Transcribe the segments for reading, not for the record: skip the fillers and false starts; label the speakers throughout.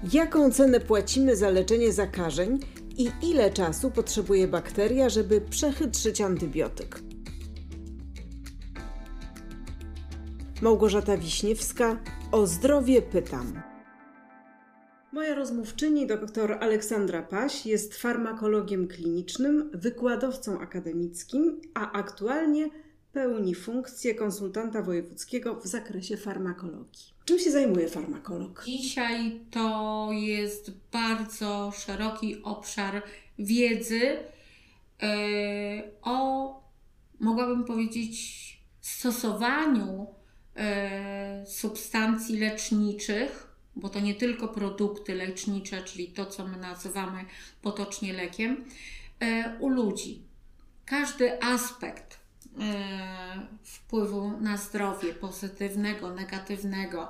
Speaker 1: Jaką cenę płacimy za leczenie zakażeń i ile czasu potrzebuje bakteria, żeby przechytrzyć antybiotyk? Małgorzata Wiśniewska, o zdrowie pytam. Moja rozmówczyni, dr Aleksandra Paś, jest farmakologiem klinicznym, wykładowcą akademickim, a aktualnie pełni funkcję konsultanta wojewódzkiego w zakresie farmakologii. Czym się zajmuje farmakolog?
Speaker 2: Dzisiaj to jest bardzo szeroki obszar wiedzy o, mogłabym powiedzieć, stosowaniu substancji leczniczych, bo to nie tylko produkty lecznicze, czyli to, co my nazywamy potocznie lekiem, u ludzi. Każdy aspekt wpływu na zdrowie, pozytywnego, negatywnego,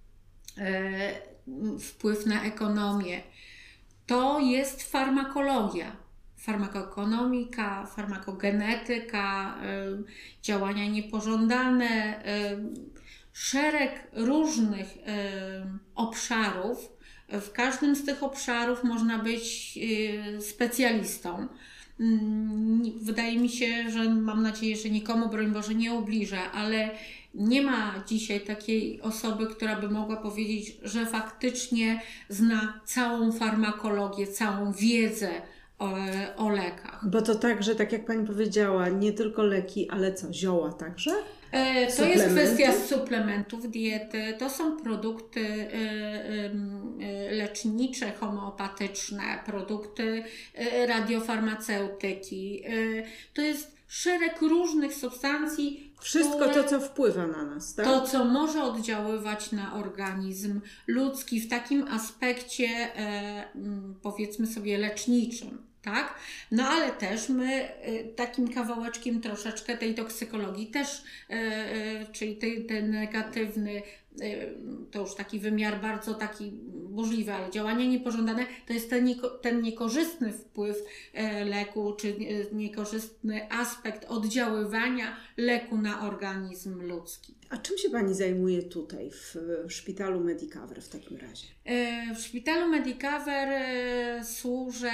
Speaker 2: wpływ na ekonomię, to jest farmakologia. Farmakoekonomika, farmakogenetyka, działania niepożądane, szereg różnych obszarów. W każdym z tych obszarów można być specjalistą. Wydaje mi się, że mam nadzieję, że nikomu, broń Boże, nie ubliżę, ale nie ma dzisiaj takiej osoby, która by mogła powiedzieć, że faktycznie zna całą farmakologię, całą wiedzę o lekach.
Speaker 1: Bo to także, tak jak Pani powiedziała, nie tylko leki, ale co, zioła także?
Speaker 2: To jest kwestia suplementów diety, to są produkty lecznicze, homeopatyczne, produkty radiofarmaceutyki. To jest szereg różnych substancji.
Speaker 1: Wszystko to, co wpływa na nas, tak?
Speaker 2: To, co może oddziaływać na organizm ludzki w takim aspekcie, powiedzmy sobie, leczniczym. Tak? No ale też my takim kawałeczkiem troszeczkę tej toksykologii też, czyli ten negatywny, to już taki wymiar bardzo taki burzliwy, ale działania niepożądane, to jest ten niekorzystny wpływ leku, czy niekorzystny aspekt oddziaływania leku na organizm ludzki.
Speaker 1: A czym się Pani zajmuje tutaj w szpitalu Medicover w takim razie?
Speaker 2: W szpitalu Medicover służę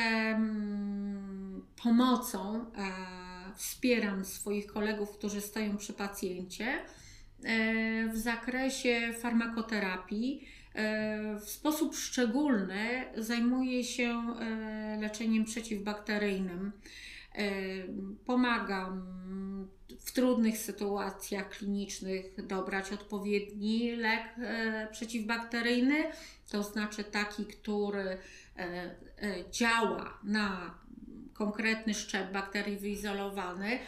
Speaker 2: pomocą, wspieram swoich kolegów, którzy stoją przy pacjencie w zakresie farmakoterapii. W sposób szczególny zajmuję się leczeniem przeciwbakteryjnym. Pomagam w trudnych sytuacjach klinicznych dobrać odpowiedni lek przeciwbakteryjny, to znaczy taki, który działa na konkretny szczep bakterii wyizolowany,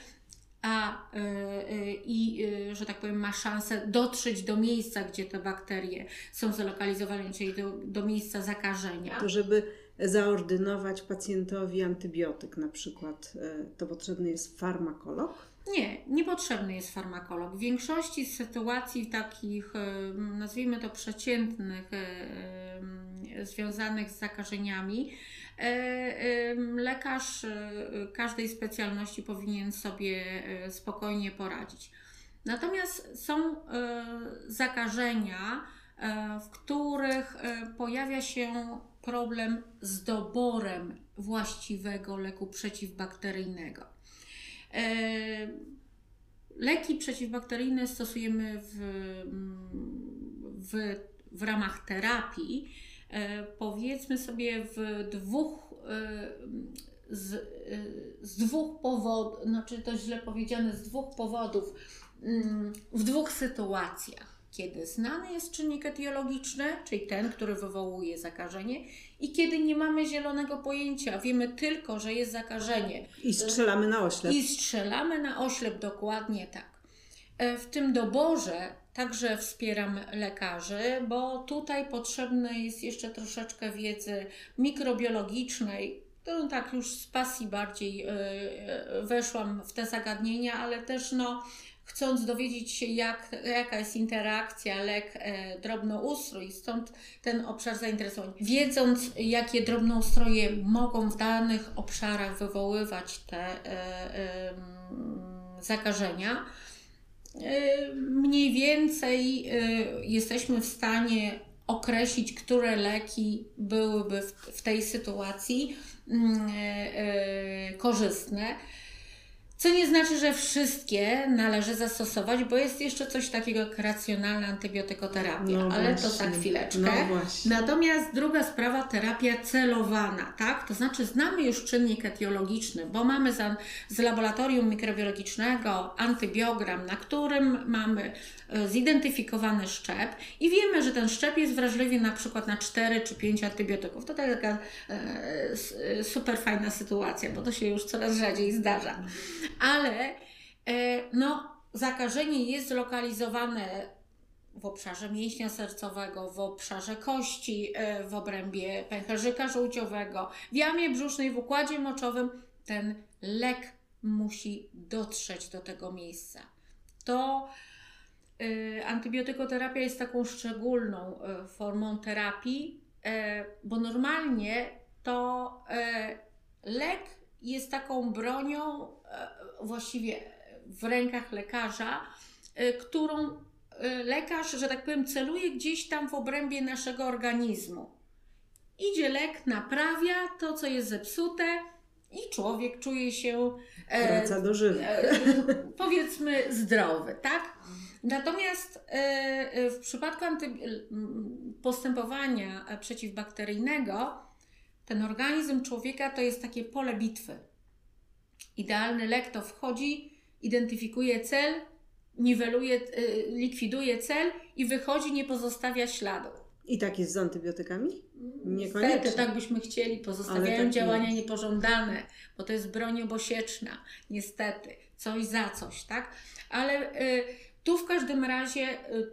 Speaker 2: że tak powiem, ma szansę dotrzeć do miejsca, gdzie te bakterie są zlokalizowane, czyli do miejsca zakażenia.
Speaker 1: To żeby zaordynować pacjentowi antybiotyk na przykład, to potrzebny jest farmakolog?
Speaker 2: Nie potrzebny jest farmakolog. W większości sytuacji takich, nazwijmy to przeciętnych, związanych z zakażeniami, lekarz każdej specjalności powinien sobie spokojnie poradzić. Natomiast są zakażenia, w których pojawia się problem z doborem właściwego leku przeciwbakteryjnego. Leki przeciwbakteryjne stosujemy w ramach terapii, powiedzmy sobie z dwóch powodów, znaczy to źle powiedziane, z dwóch powodów, w dwóch sytuacjach. Kiedy znany jest czynnik etiologiczny, czyli ten, który wywołuje zakażenie, i kiedy nie mamy zielonego pojęcia, wiemy tylko, że jest zakażenie.
Speaker 1: I strzelamy na oślep.
Speaker 2: I strzelamy na oślep, dokładnie tak. W tym doborze także wspieram lekarzy, bo tutaj potrzebne jest jeszcze troszeczkę wiedzy mikrobiologicznej, którą tak już z pasji bardziej weszłam w te zagadnienia, ale też chcąc dowiedzieć się, jaka jest interakcja lek-drobnoustrój, stąd ten obszar zainteresowań. Wiedząc, jakie drobnoustroje mogą w danych obszarach wywoływać te zakażenia, mniej więcej jesteśmy w stanie określić, które leki byłyby w tej sytuacji korzystne. Co nie znaczy, że wszystkie należy zastosować, bo jest jeszcze coś takiego jak racjonalna antybiotykoterapia, ale to za chwileczkę. Natomiast druga sprawa, terapia celowana, tak? To znaczy znamy już czynnik etiologiczny, bo mamy z laboratorium mikrobiologicznego antybiogram, na którym mamy zidentyfikowany szczep i wiemy, że ten szczep jest wrażliwy na przykład na 4 czy 5 antybiotyków. To taka super fajna sytuacja, bo to się już coraz rzadziej zdarza. Ale zakażenie jest zlokalizowane w obszarze mięśnia sercowego, w obszarze kości, w obrębie pęcherzyka żółciowego, w jamie brzusznej, w układzie moczowym. Ten lek musi dotrzeć do tego miejsca. To antybiotykoterapia jest taką szczególną formą terapii, bo normalnie to lek jest taką bronią właściwie w rękach lekarza, którą lekarz, że tak powiem, celuje gdzieś tam w obrębie naszego organizmu. Idzie lek, naprawia to, co jest zepsute i człowiek czuje się
Speaker 1: wraca do żywych.
Speaker 2: Powiedzmy zdrowy, tak? Natomiast w przypadku postępowania przeciwbakteryjnego ten organizm człowieka to jest takie pole bitwy. Idealny lek to wchodzi, identyfikuje cel, niweluje, likwiduje cel i wychodzi, nie pozostawia śladu.
Speaker 1: I tak jest z antybiotykami?
Speaker 2: Niekoniecznie. Niestety, tak byśmy chcieli, pozostawiają tak działania jest niepożądane, bo to jest broń obosieczna, niestety, coś za coś, tak? Ale tu w każdym razie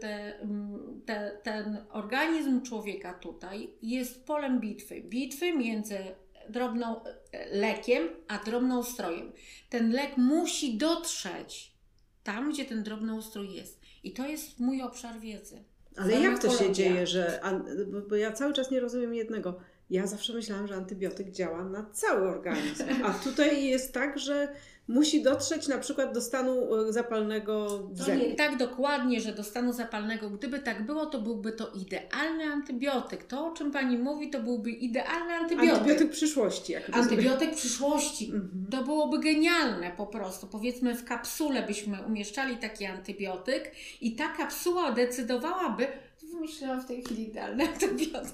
Speaker 2: ten organizm człowieka tutaj jest polem bitwy między drobną lekiem a drobnoustrojem. Ten lek musi dotrzeć tam, gdzie ten drobnoustrój jest. I to jest mój obszar wiedzy.
Speaker 1: Ale jak to się dzieje, że... Bo ja cały czas nie rozumiem jednego. Ja zawsze myślałam, że antybiotyk działa na cały organizm. A tutaj jest tak, że musi dotrzeć na przykład do stanu zapalnego w zębie.
Speaker 2: To nie tak dokładnie, że do stanu zapalnego. Gdyby tak było, to byłby to idealny antybiotyk. To, o czym Pani mówi, to byłby idealny antybiotyk.
Speaker 1: Antybiotyk przyszłości.
Speaker 2: Antybiotyk przyszłości. To byłoby genialne po prostu. Powiedzmy, w kapsule byśmy umieszczali taki antybiotyk i ta kapsuła decydowałaby, wymyślałam w tej chwili idealny antybiotyk,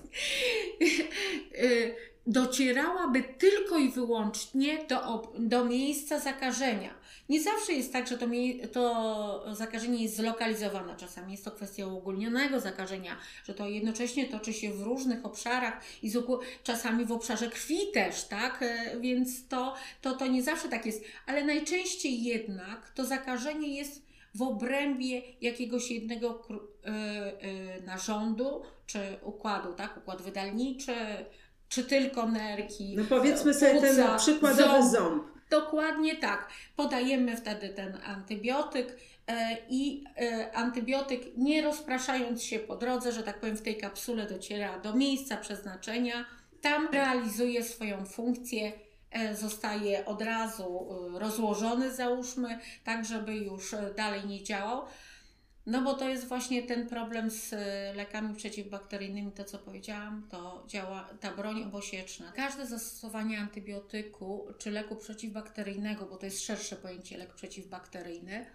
Speaker 2: docierałaby tylko i wyłącznie do miejsca zakażenia. Nie zawsze jest tak, że to zakażenie jest zlokalizowane. Czasami jest to kwestia uogólnionego zakażenia, że to jednocześnie toczy się w różnych obszarach i czasami w obszarze krwi też, tak? Więc to nie zawsze tak jest. Ale najczęściej jednak to zakażenie jest w obrębie jakiegoś jednego narządu czy układu, tak? Układ wydalniczy, czy tylko nerki.
Speaker 1: No powiedzmy sobie ten przykładowy ząb.
Speaker 2: Dokładnie tak. Podajemy wtedy ten antybiotyk i antybiotyk, nie rozpraszając się po drodze, że tak powiem, w tej kapsule dociera do miejsca przeznaczenia, tam realizuje swoją funkcję, zostaje od razu rozłożony, załóżmy, tak żeby już dalej nie działał. No bo to jest właśnie ten problem z lekami przeciwbakteryjnymi, to co powiedziałam, to działa ta broń obosieczna. Każde zastosowanie antybiotyku czy leku przeciwbakteryjnego, bo to jest szersze pojęcie lek przeciwbakteryjny,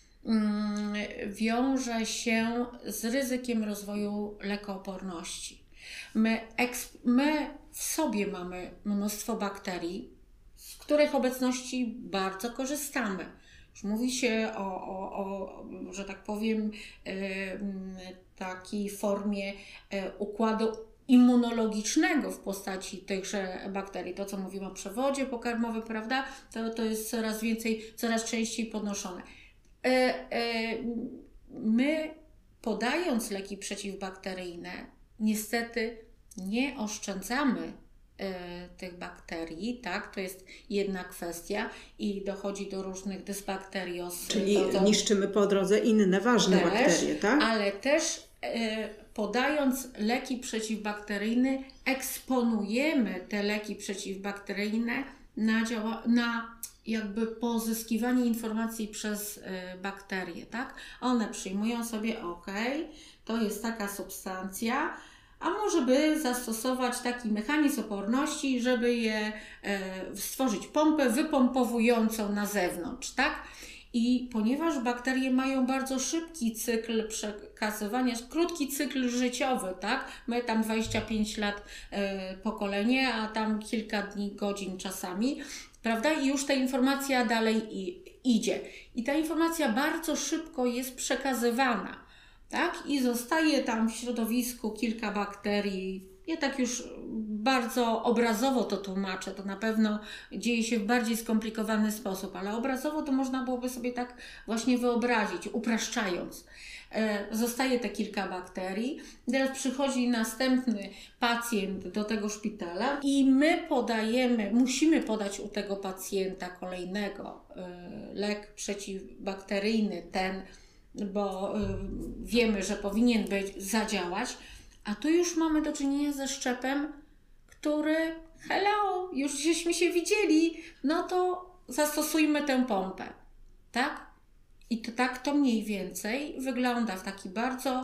Speaker 2: wiąże się z ryzykiem rozwoju lekooporności. My w sobie mamy mnóstwo bakterii, z których obecności bardzo korzystamy. Już mówi się o że tak powiem, takiej formie układu immunologicznego w postaci tychże bakterii. To, co mówimy o przewodzie pokarmowym, prawda, to jest coraz częściej podnoszone. My, podając leki przeciwbakteryjne, niestety nie oszczędzamy tych bakterii, tak? To jest jedna kwestia i dochodzi do różnych dysbakterióz.
Speaker 1: Czyli niszczymy po drodze inne ważne bakterie, tak?
Speaker 2: Ale też podając leki przeciwbakteryjne, eksponujemy te leki przeciwbakteryjne na jakby pozyskiwanie informacji przez bakterie, tak? One przyjmują sobie, to jest taka substancja, a może by zastosować taki mechanizm oporności, żeby je stworzyć pompę wypompowującą na zewnątrz, tak? I ponieważ bakterie mają bardzo szybki cykl przekazywania, krótki cykl życiowy, tak? My tam 25 lat pokolenie, a tam kilka dni, godzin czasami, prawda? I już ta informacja dalej idzie. I ta informacja bardzo szybko jest przekazywana, tak? I zostaje tam w środowisku kilka bakterii. Ja tak już bardzo obrazowo to tłumaczę, to na pewno dzieje się w bardziej skomplikowany sposób, ale obrazowo to można byłoby sobie tak właśnie wyobrazić, upraszczając. Zostaje te kilka bakterii, teraz przychodzi następny pacjent do tego szpitala i my musimy podać u tego pacjenta kolejnego lek przeciwbakteryjny, bo wiemy, że powinien zadziałać, a tu już mamy do czynienia ze szczepem, który już żeśmy się widzieli, no to zastosujmy tę pompę, tak? I to mniej więcej wygląda w taki bardzo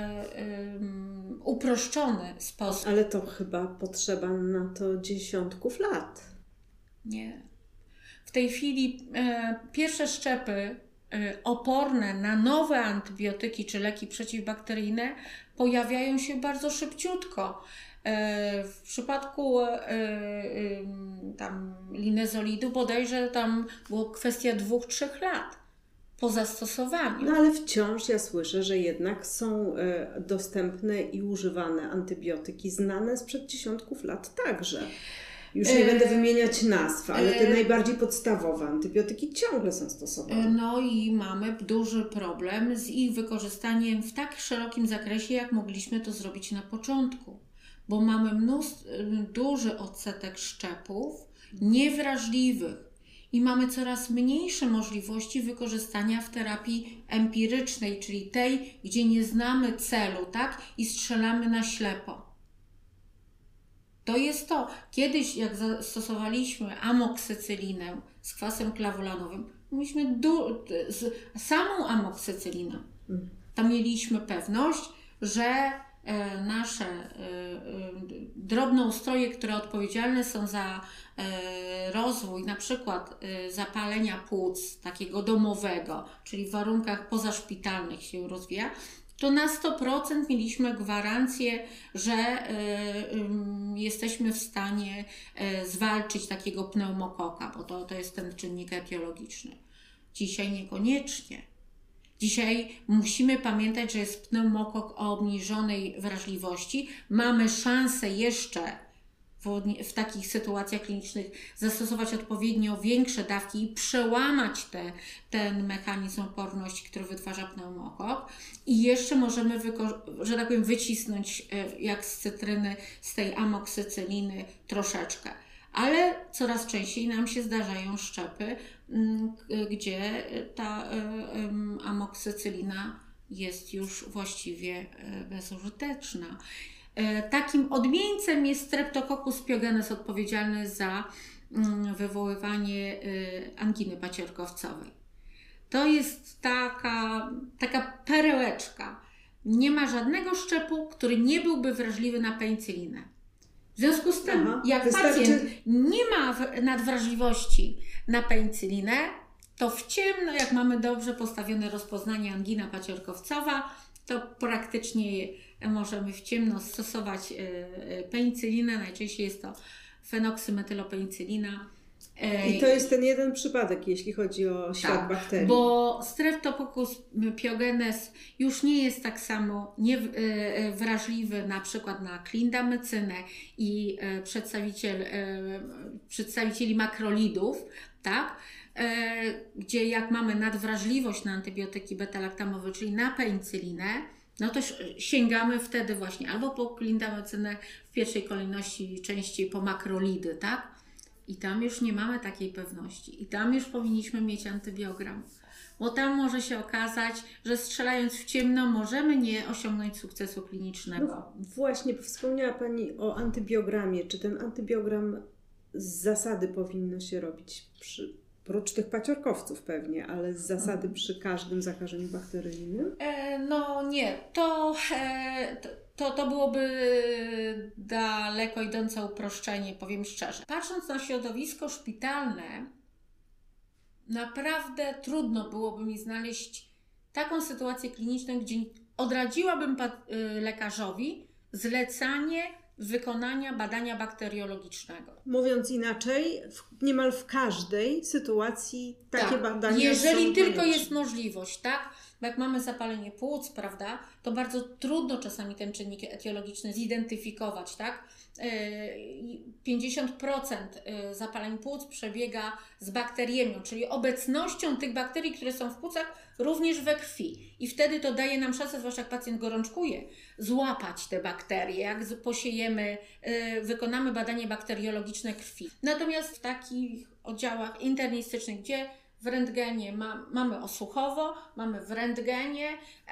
Speaker 2: uproszczony sposób.
Speaker 1: Ale to chyba potrzeba na to dziesiątków lat.
Speaker 2: Nie. W tej chwili pierwsze szczepy oporne na nowe antybiotyki czy leki przeciwbakteryjne pojawiają się bardzo szybciutko. W przypadku tam linezolidu bodajże tam było kwestia 2-3 lat po zastosowaniu.
Speaker 1: No ale wciąż ja słyszę, że jednak są dostępne i używane antybiotyki znane sprzed dziesiątków lat także. Już nie będę wymieniać nazw, ale te najbardziej podstawowe antybiotyki ciągle są stosowane.
Speaker 2: No i mamy duży problem z ich wykorzystaniem w tak szerokim zakresie, jak mogliśmy to zrobić na początku. Bo mamy duży odsetek szczepów niewrażliwych i mamy coraz mniejsze możliwości wykorzystania w terapii empirycznej, czyli tej, gdzie nie znamy celu, tak? I strzelamy na ślepo. To jest to. Kiedyś jak zastosowaliśmy amoksycylinę z kwasem klawulanowym, mieliśmy samą amoksycylinę. Tam mieliśmy pewność, że nasze drobnoustroje, które odpowiedzialne są za rozwój na przykład zapalenia płuc takiego domowego, czyli w warunkach pozaszpitalnych się rozwija, to na 100% mieliśmy gwarancję, że jesteśmy w stanie zwalczyć takiego pneumokoka, bo to jest ten czynnik etiologiczny. Dzisiaj niekoniecznie. Dzisiaj musimy pamiętać, że jest pneumokok o obniżonej wrażliwości. Mamy szansę jeszcze w takich sytuacjach klinicznych zastosować odpowiednio większe dawki i przełamać ten mechanizm oporności, który wytwarza pneumokok. I jeszcze możemy, że tak powiem, wycisnąć jak z cytryny, z tej amoksycyliny troszeczkę. Ale coraz częściej nam się zdarzają szczepy, gdzie ta amoksycylina jest już właściwie bezużyteczna. Takim odmieńcem jest Streptococcus pyogenes, odpowiedzialny za wywoływanie anginy paciorkowcowej. To jest taka perełeczka. Nie ma żadnego szczepu, który nie byłby wrażliwy na penicylinę. W związku z tym, jak pacjent nie ma nadwrażliwości na penicylinę, to w ciemno, jak mamy dobrze postawione rozpoznanie angina paciorkowcowa, to praktycznie możemy w ciemno stosować penicylinę. Najczęściej jest to fenoksymetylopenicylina.
Speaker 1: I to jest ten jeden przypadek, jeśli chodzi o świat bakterii.
Speaker 2: Bo Streptococcus pyogenes już nie jest tak samo wrażliwy na przykład na klindamycynę i przedstawicieli makrolidów, tak? Gdzie jak mamy nadwrażliwość na antybiotyki beta-laktamowe, czyli na penicylinę, no to sięgamy wtedy właśnie albo po klindamycynę, w pierwszej kolejności częściej po makrolidy, tak? I tam już nie mamy takiej pewności. I tam już powinniśmy mieć antybiogram. Bo tam może się okazać, że strzelając w ciemno możemy nie osiągnąć sukcesu klinicznego.
Speaker 1: No właśnie, wspomniała Pani o antybiogramie. Czy ten antybiogram z zasady powinno się robić Prócz tych paciorkowców pewnie, ale z zasady przy każdym zakażeniu bakteryjnym?
Speaker 2: No nie, to byłoby daleko idące uproszczenie, powiem szczerze. Patrząc na środowisko szpitalne, naprawdę trudno byłoby mi znaleźć taką sytuację kliniczną, gdzie odradziłabym lekarzowi zlecanie wykonania badania bakteriologicznego.
Speaker 1: Mówiąc inaczej, niemal w każdej sytuacji takie badania
Speaker 2: jeżeli
Speaker 1: są
Speaker 2: tylko
Speaker 1: konieczne.
Speaker 2: jest możliwość, tak? Bo jak mamy zapalenie płuc, prawda, to bardzo trudno czasami ten czynnik etiologiczny zidentyfikować, tak? 50% zapaleń płuc przebiega z bakteriemią, czyli obecnością tych bakterii, które są w płucach, również we krwi. I wtedy to daje nam szansę, zwłaszcza jak pacjent gorączkuje, złapać te bakterie, jak posiejemy, wykonamy badanie bakteriologiczne krwi. Natomiast w takich oddziałach internistycznych, gdzie w rentgenie mamy osłuchowo, mamy w rentgenie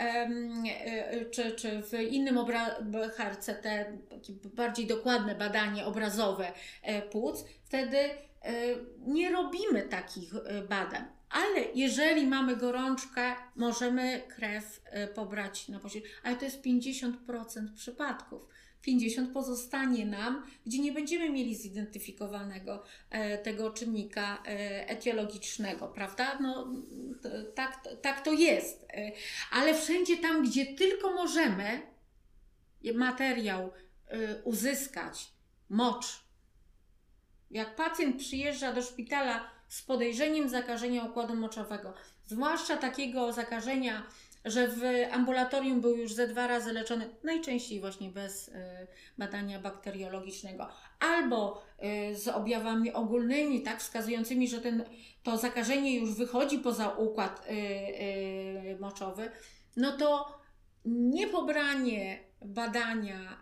Speaker 2: czy w innym HRCT takie bardziej dokładne badanie obrazowe płuc, wtedy nie robimy takich badań. Ale jeżeli mamy gorączkę, możemy krew pobrać na posiłek, ale to jest 50% przypadków. 50% pozostanie nam, gdzie nie będziemy mieli zidentyfikowanego tego czynnika etiologicznego, prawda? No, tak to jest. Ale wszędzie tam, gdzie tylko możemy materiał uzyskać, mocz. Jak pacjent przyjeżdża do szpitala z podejrzeniem zakażenia układu moczowego, zwłaszcza takiego zakażenia, że w ambulatorium był już ze 2 razy leczony, najczęściej właśnie bez badania bakteriologicznego, albo z objawami ogólnymi, tak, wskazującymi, że to zakażenie już wychodzi poza układ moczowy, no to niepobranie badania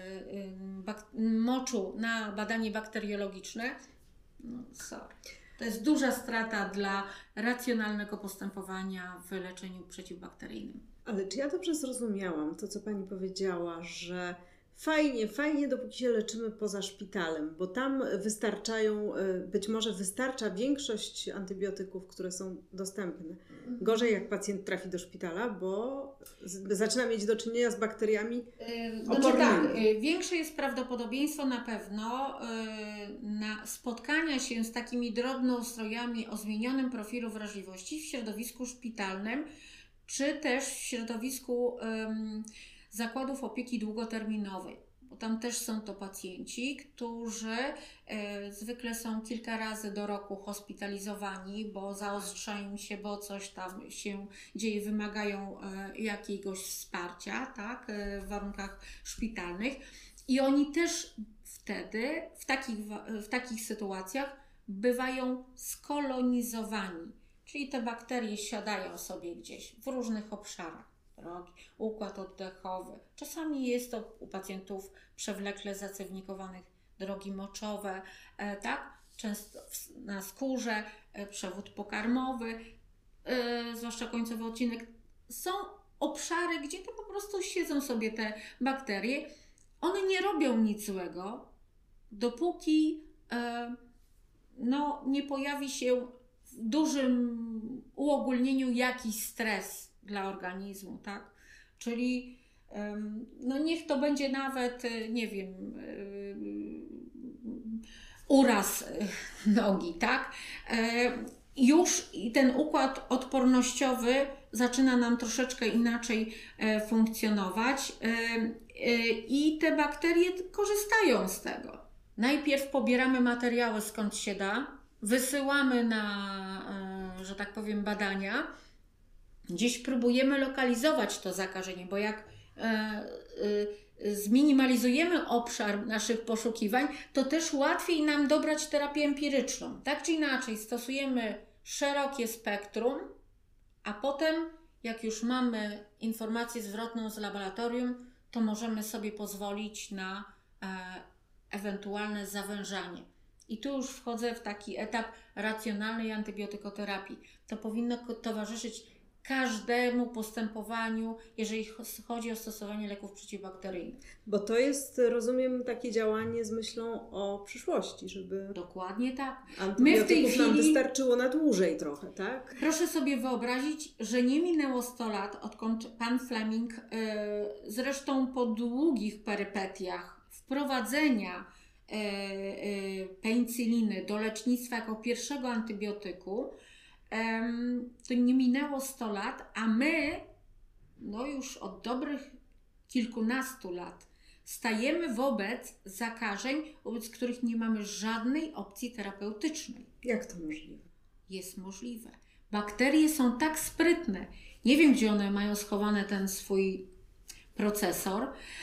Speaker 2: moczu na badanie bakteriologiczne, no sorry. To jest duża strata dla racjonalnego postępowania w leczeniu przeciwbakteryjnym.
Speaker 1: Ale czy ja dobrze zrozumiałam to, co Pani powiedziała, że fajnie, dopóki się leczymy poza szpitalem, bo tam być może wystarcza większość antybiotyków, które są dostępne. Gorzej jak pacjent trafi do szpitala, bo zaczyna mieć do czynienia z bakteriami opornymi.
Speaker 2: Tak, większe jest prawdopodobieństwo na pewno na spotkania się z takimi drobnoustrojami o zmienionym profilu wrażliwości w środowisku szpitalnym, czy też w środowisku zakładów opieki długoterminowej, bo tam też są to pacjenci, którzy zwykle są kilka razy do roku hospitalizowani, bo zaostrzają się, bo coś tam się dzieje, wymagają jakiegoś wsparcia, tak, w warunkach szpitalnych. I oni też wtedy w takich sytuacjach bywają skolonizowani, czyli te bakterie siadają sobie gdzieś w różnych obszarach drogi, układ oddechowy. Czasami jest to u pacjentów przewlekle zacewnikowanych drogi moczowe, tak? Często na skórze, przewód pokarmowy, zwłaszcza końcowy odcinek. Są obszary, gdzie to po prostu siedzą sobie te bakterie. One nie robią nic złego, dopóki nie pojawi się w dużym uogólnieniu jakiś stres dla organizmu, tak? Czyli niech to będzie nawet, nie wiem, uraz nogi, tak? Już ten układ odpornościowy zaczyna nam troszeczkę inaczej funkcjonować i te bakterie korzystają z tego. Najpierw pobieramy materiały skąd się da, wysyłamy na, że tak powiem, badania. Gdzieś próbujemy lokalizować to zakażenie, bo jak zminimalizujemy obszar naszych poszukiwań, to też łatwiej nam dobrać terapię empiryczną. Tak czy inaczej, stosujemy szerokie spektrum, a potem, jak już mamy informację zwrotną z laboratorium, to możemy sobie pozwolić na ewentualne zawężanie. I tu już wchodzę w taki etap racjonalnej antybiotykoterapii. To powinno towarzyszyć każdemu postępowaniu, jeżeli chodzi o stosowanie leków przeciwbakteryjnych.
Speaker 1: Bo to jest, rozumiem, takie działanie z myślą o przyszłości, żeby
Speaker 2: Dokładnie tak.
Speaker 1: antybiotyków nam wystarczyło na dłużej trochę, tak?
Speaker 2: Proszę sobie wyobrazić, że nie minęło 100 lat, odkąd pan Fleming, zresztą po długich perypetiach wprowadzenia penicyliny do lecznictwa jako pierwszego antybiotyku, to nie minęło 100 lat, a my już od dobrych kilkunastu lat stajemy wobec zakażeń, wobec których nie mamy żadnej opcji terapeutycznej.
Speaker 1: Jak to możliwe?
Speaker 2: Jest możliwe. Bakterie są tak sprytne. Nie wiem, gdzie one mają schowany ten swój procesor,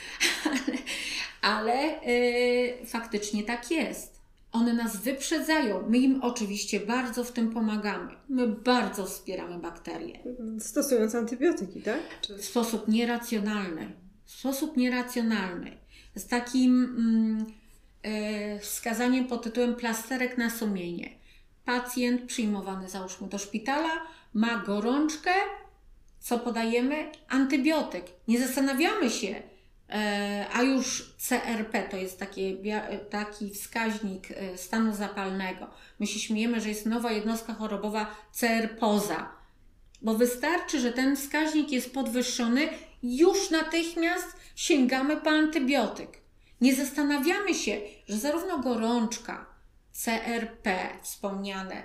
Speaker 2: ale faktycznie tak jest. One nas wyprzedzają. My im oczywiście bardzo w tym pomagamy. My bardzo wspieramy bakterie.
Speaker 1: Stosując antybiotyki, tak?
Speaker 2: W sposób nieracjonalny. Z takim wskazaniem pod tytułem plasterek na sumienie. Pacjent przyjmowany, załóżmy, do szpitala, ma gorączkę. Co podajemy? Antybiotyk. Nie zastanawiamy się, a już CRP to jest taki wskaźnik stanu zapalnego. My się śmiejemy, że jest nowa jednostka chorobowa CR-poza, bo wystarczy, że ten wskaźnik jest podwyższony, już natychmiast sięgamy po antybiotyk. Nie zastanawiamy się, że zarówno gorączka, CRP wspomniane,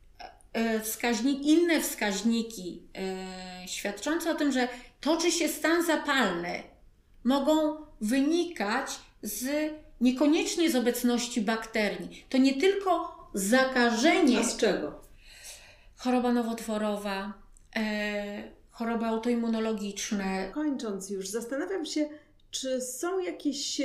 Speaker 2: inne wskaźniki świadczące o tym, że toczy się stan zapalny, mogą wynikać niekoniecznie z obecności bakterii. To nie tylko zakażenie.
Speaker 1: A z czego?
Speaker 2: Choroba nowotworowa, choroby autoimmunologiczne.
Speaker 1: Kończąc już, zastanawiam się, czy są jakieś...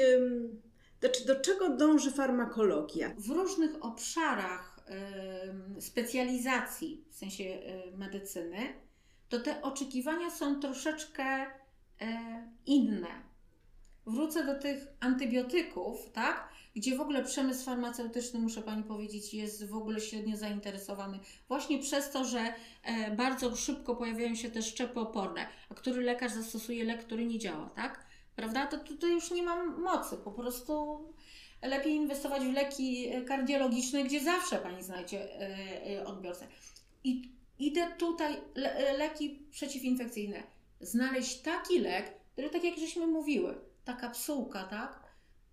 Speaker 1: do czego dąży farmakologia?
Speaker 2: W różnych obszarach specjalizacji, w sensie medycyny, to te oczekiwania są troszeczkę inne. Wrócę do tych antybiotyków, tak? Gdzie w ogóle przemysł farmaceutyczny, muszę Pani powiedzieć, jest w ogóle średnio zainteresowany. Właśnie przez to, że bardzo szybko pojawiają się te szczepy oporne, a który lekarz zastosuje lek, który nie działa, tak? Prawda? To tutaj już nie mam mocy. Po prostu lepiej inwestować w leki kardiologiczne, gdzie zawsze Pani znajdzie odbiorcę. I idę tutaj, leki przeciwinfekcyjne. Znaleźć taki lek, który, tak jak żeśmy mówiły, ta kapsułka, tak?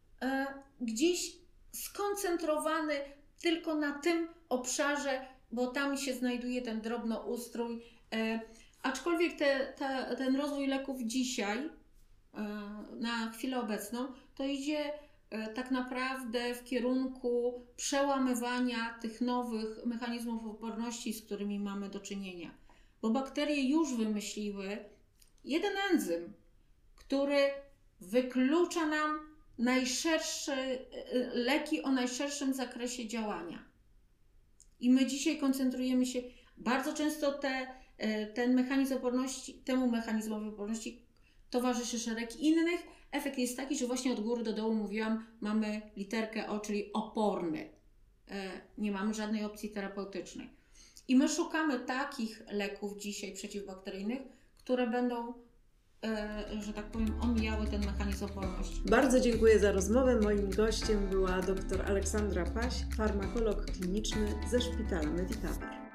Speaker 2: Gdzieś skoncentrowany tylko na tym obszarze, bo tam się znajduje ten drobnoustrój. Aczkolwiek ten rozwój leków dzisiaj, na chwilę obecną, to idzie tak naprawdę w kierunku przełamywania tych nowych mechanizmów odporności, z którymi mamy do czynienia. Bo bakterie już wymyśliły jeden enzym, który wyklucza nam najszersze leki o najszerszym zakresie działania. I my dzisiaj koncentrujemy się bardzo często temu mechanizmowi odporności towarzyszy szereg innych. Efekt jest taki, że właśnie od góry do dołu mówiłam, mamy literkę O, czyli oporny. Nie mamy żadnej opcji terapeutycznej. I my szukamy takich leków dzisiaj przeciwbakteryjnych, które będą, że tak powiem, omijały ten mechanizm oporności.
Speaker 1: Bardzo dziękuję za rozmowę. Moim gościem była dr Aleksandra Paś, farmakolog kliniczny ze Szpitala Medicover.